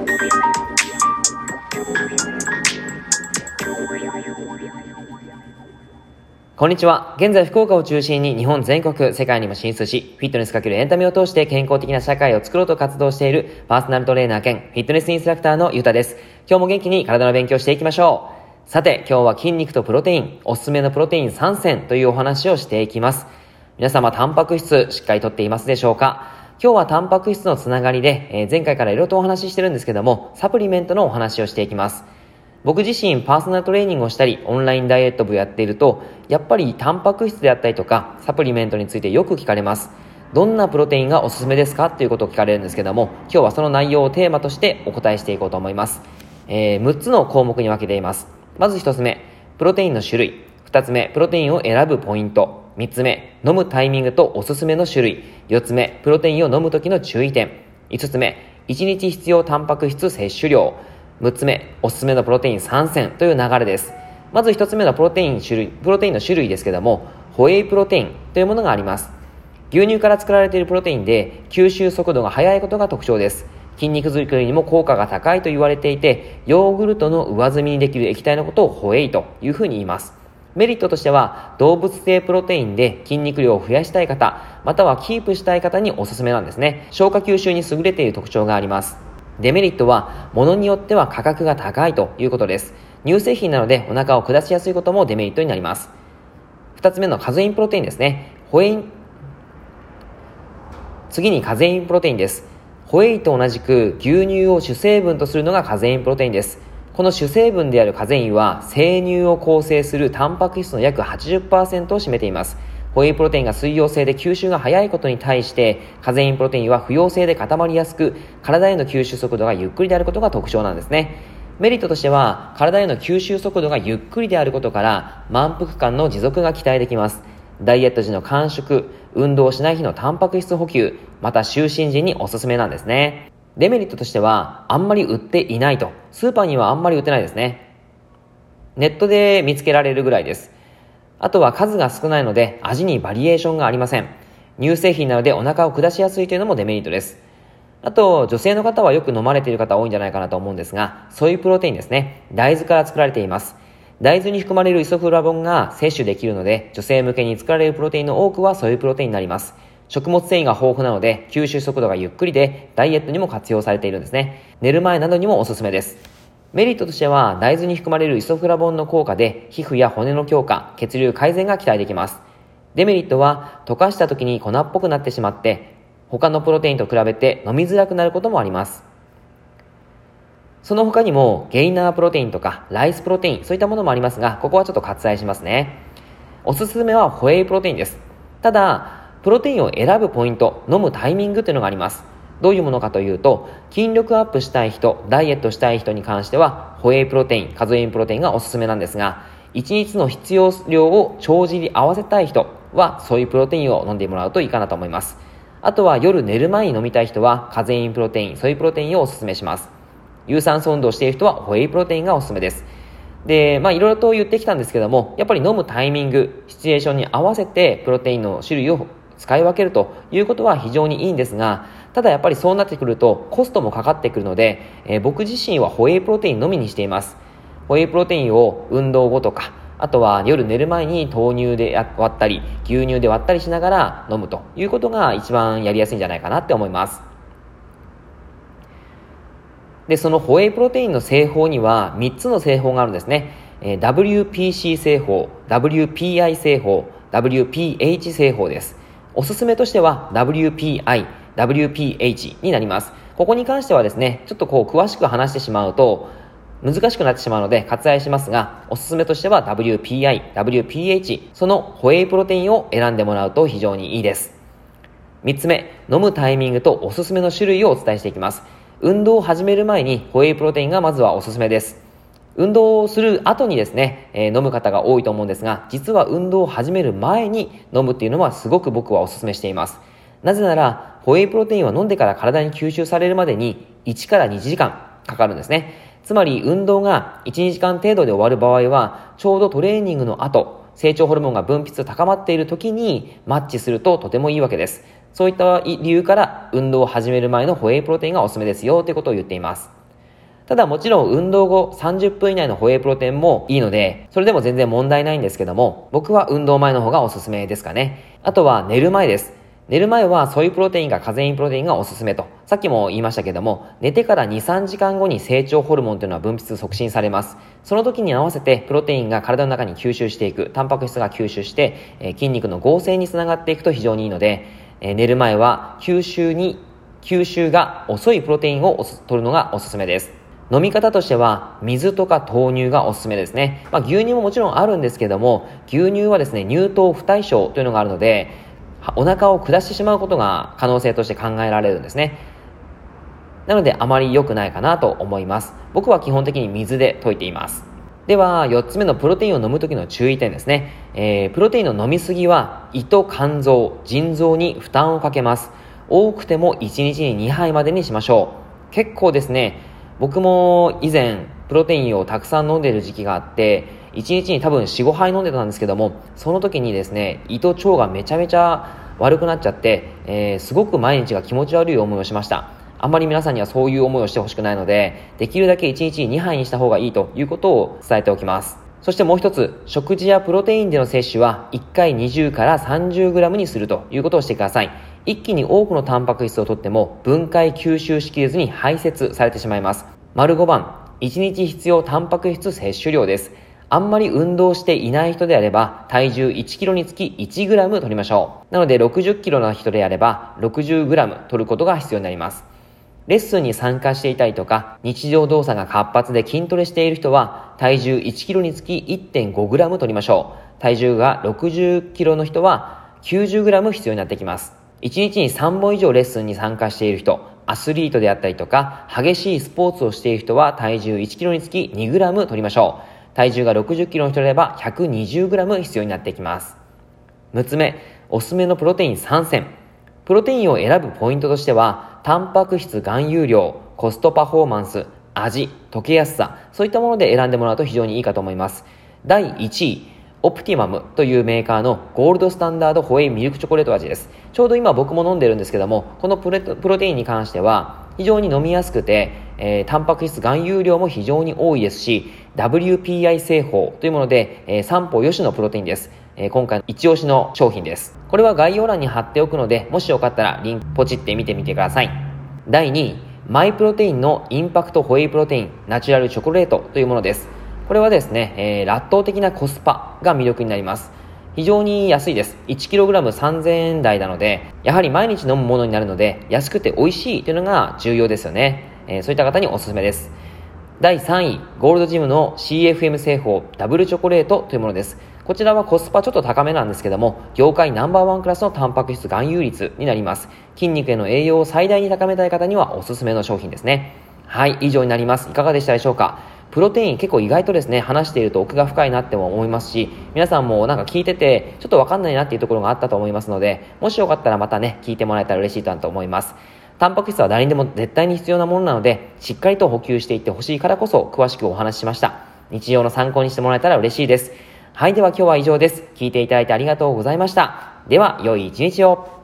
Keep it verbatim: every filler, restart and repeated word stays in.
こんにちは。現在福岡を中心に日本全国、世界にも進出し、フィットネス×エンタメを通して健康的な社会を作ろうと活動しているパーソナルトレーナー兼フィットネスインストラクターのゆうたです。今日も元気に体の勉強していきましょう。さて、今日は筋肉とプロテイン、おすすめのプロテインさんせんというお話をしていきます。皆様、タンパク質しっかりとっていますでしょうか？今日はタンパク質のつながりで、えー、前回からいろいろとお話ししてるんですけども、サプリメントのお話をしていきます。僕自身パーソナルトレーニングをしたりオンラインダイエット部をやっていると、やっぱりタンパク質であったりとかサプリメントについてよく聞かれます。どんなプロテインがおすすめですかっていうことを聞かれるんですけども、今日はその内容をテーマとしてお答えしていこうと思います。えー、むっつの項目に分けています。まずひとつめ、プロテインの種類。ふたつめ、プロテインを選ぶポイント。みっつめ、飲むタイミングとおすすめの種類。よっつめ、プロテインを飲む時の注意点。いつつめ、いちにち必要タンパク質摂取量。むっつめ、おすすめのプロテインさんせんという流れです。まずひとつめのプロテイン種類、プロテインの種類ですけども、ホエイプロテインというものがあります。牛乳から作られているプロテインで吸収速度が速いことが特徴です。筋肉作りにも効果が高いと言われていて、ヨーグルトの上積みにできる液体のことをホエイというふうに言います。メリットとしては、動物性プロテインで筋肉量を増やしたい方、またはキープしたい方におすすめなんですね。消化吸収に優れている特徴があります。デメリットは、物によっては価格が高いということです。乳製品なのでお腹を下しやすいこともデメリットになります。二つ目のカゼインプロテインですね。ホエイン、次にカゼインプロテインです。ホエイと同じく牛乳を主成分とするのがカゼインプロテインです。この主成分であるカゼインは生乳を構成するタンパク質の約 はちじゅっパーセント を占めています。ホエイプロテインが水溶性で吸収が早いことに対して、カゼインプロテインは不溶性で固まりやすく、体への吸収速度がゆっくりであることが特徴なんですね。メリットとしては、体への吸収速度がゆっくりであることから、満腹感の持続が期待できます。ダイエット時の間食、運動しない日のタンパク質補給、また就寝時におすすめなんですね。デメリットとしては、あんまり売っていないと。スーパーにはあんまり売ってないですね。ネットで見つけられるぐらいです。あとは数が少ないので味にバリエーションがありません。乳製品なのでお腹を下しやすいというのもデメリットです。あと、女性の方はよく飲まれている方多いんじゃないかなと思うんですが、ソイプロテインですね。大豆から作られています。大豆に含まれるイソフラボンが摂取できるので、女性向けに作られるプロテインの多くはソイプロテインになります。食物繊維が豊富なので吸収速度がゆっくりでダイエットにも活用されているんですね。寝る前などにもおすすめです。メリットとしては、大豆に含まれるイソフラボンの効果で皮膚や骨の強化、血流改善が期待できます。デメリットは、溶かした時に粉っぽくなってしまって、他のプロテインと比べて飲みづらくなることもあります。その他にも、ゲイナープロテインとかライスプロテイン、そういったものもありますが、ここはちょっと割愛しますね。おすすめはホエイプロテインです。ただ、プロテインを選ぶポイント、飲むタイミングというのがあります。どういうものかというと、筋力アップしたい人、ダイエットしたい人に関しては、ホエイプロテイン、カゼインプロテインがおすすめなんですが、いちにちの必要量を帳尻合わせたい人は、ソイプロテインを飲んでもらうといいかなと思います。あとは夜寝る前に飲みたい人は、カゼインプロテイン、ソイプロテインをおすすめします。有酸素運動している人は、ホエイプロテインがおすすめです。で、まあいろいろと言ってきたんですけども、やっぱり飲むタイミング、シチュエーションに合わせて、プロテインの種類を使い分けるということは非常にいいんですが、ただやっぱりそうなってくるとコストもかかってくるので、えー、僕自身はホエイプロテインのみにしています。ホエイプロテインを運動後とか、あとは夜寝る前に豆乳で割ったり牛乳で割ったりしながら飲むということが一番やりやすいんじゃないかなって思います。で、そのホエイプロテインの製法にはみっつの製法があるんですね。えー、ダブリューピーシー 製法、ダブリューピーアイ 製法、ダブリューピーエイチ 製法です。おすすめとしては ダブリューピーアイ、ダブリューピーエイチ になります。ここに関してはですね、ちょっとこう詳しく話してしまうと難しくなってしまうので割愛しますが、おすすめとしては ダブリューピーアイ、ダブリューピーエイチ、そのホエイプロテインを選んでもらうと非常にいいです。みっつめ、飲むタイミングとおすすめの種類をお伝えしていきます。運動を始める前にホエイプロテインがまずはおすすめです。運動をする後にですね、えー、飲む方が多いと思うんですが、実は運動を始める前に飲むっていうのはすごく僕はお勧めしています。なぜなら、ホエイプロテインは飲んでから体に吸収されるまでにいちからにじかんかかるんですね。つまり運動がいち、にじかん程度で終わる場合は、ちょうどトレーニングの後、成長ホルモンが分泌高まっている時にマッチするととてもいいわけです。そういった理由から運動を始める前のホエイプロテインがおすすめですよということを言っています。 ただもちろん運動後さんじゅっぷん以内のホエイプロテインもいいので、それでも全然問題ないんですけども、僕は運動前の方がおすすめですかね。あとは寝る前です。寝る前はソイプロテインかカゼインプロテインがおすすめと。さっきも言いましたけども、寝てからに、さんじかんごに成長ホルモンというのは分泌促進されます。その時に合わせてプロテインが体の中に吸収していく、タンパク質が吸収して、えー、筋肉の合成につながっていくと非常にいいので、えー、寝る前は吸収に、吸収が遅いプロテインを取るのがおすすめです。飲み方としては水とか豆乳がおすすめですね。まあ、牛乳ももちろんあるんですけども、牛乳はですね、乳糖不対症というのがあるので、お腹を下してしまうことが可能性として考えられるんですね。なのであまり良くないかなと思います。僕は基本的に水で溶いています。ではよっつめのプロテインを飲む時の注意点ですね。えー、プロテインの飲みすぎは胃と肝臓、腎臓に負担をかけます。多くてもいちにちににはいまでにしましょう。結構ですね、僕も以前プロテインをたくさん飲んでいる時期があって、いちにちに多分よん、ごはい飲んでたんですけども、その時にですね、胃と腸がめちゃめちゃ悪くなっちゃって、えー、すごく毎日が気持ち悪い思いをしました。あんまり皆さんにはそういう思いをしてほしくないので、できるだけいちにちににはいにした方がいいということを伝えておきます。そしてもう一つ、食事やプロテインでの摂取はいっかいにじゅうからさんじゅうグラムにするということをしてください。一気に多くのタンパク質をとっても分解吸収しきれずに排泄されてしまいます。丸ごばん、いちにち必要タンパク質摂取量です。あんまり運動していない人であれば体重いちキロにつきいちグラム取りましょう。なのでろくじゅっキロの人であればろくじゅうグラム取ることが必要になります。レッスンに参加していたりとか日常動作が活発で筋トレしている人は体重いちキロにつき いってんごグラム取りましょう。体重がろくじゅっキロの人はきゅうじゅうグラム必要になってきます。いちにちにさんぼん以上レッスンに参加している人、アスリートであったりとか激しいスポーツをしている人は体重いちキロにつきにグラム取りましょう。体重がろくじゅっキロの人であれば ひゃくにじゅうグラム 必要になってきます。むっつめ、おすすめのプロテインさんせん。プロテインを選ぶポイントとしては、タンパク質含有量、コストパフォーマンス、味、溶けやすさ、そういったもので選んでもらうと非常にいいかと思います。だいいちい、オプティマムというメーカーのゴールドスタンダードホエイミルクチョコレート味です。ちょうど今僕も飲んでるんですけども、このプレプロテインに関しては非常に飲みやすくて、えー、タンパク質含有量も非常に多いですし、ダブリューピーアイ 製法というもので、えー、三歩よしのプロテインです。えー、今回一押しの商品です。これは概要欄に貼っておくので、もしよかったらリンクポチって見てみてください。だいにい、マイプロテインのインパクトホエイプロテインナチュラルチョコレートというものです。これはですね、えー、圧倒的なコスパが魅力になります。非常に安いです。いちキログラムさんぜんえん台なので、やはり毎日飲むものになるので、安くて美味しいというのが重要ですよね。えー、そういった方におすすめです。だいさんい、ゴールドジムの シーエフエム 製法ダブルチョコレートというものです。こちらはコスパちょっと高めなんですけども、業界ナンバーワンクラスのタンパク質含有率になります。筋肉への栄養を最大に高めたい方にはおすすめの商品ですね。はい、以上になります。いかがでしたでしょうか。プロテイン結構意外とですね、話していると奥が深いなっても思いますし、皆さんもなんか聞いててちょっとわかんないなっていうところがあったと思いますので、もしよかったらまたね、聞いてもらえたら嬉しいなと思います。タンパク質は誰にでも絶対に必要なものなので、しっかりと補給していってほしいからこそ詳しくお話ししました。日常の参考にしてもらえたら嬉しいです。はい、では今日は以上です。聞いていただいてありがとうございました。では良い一日を。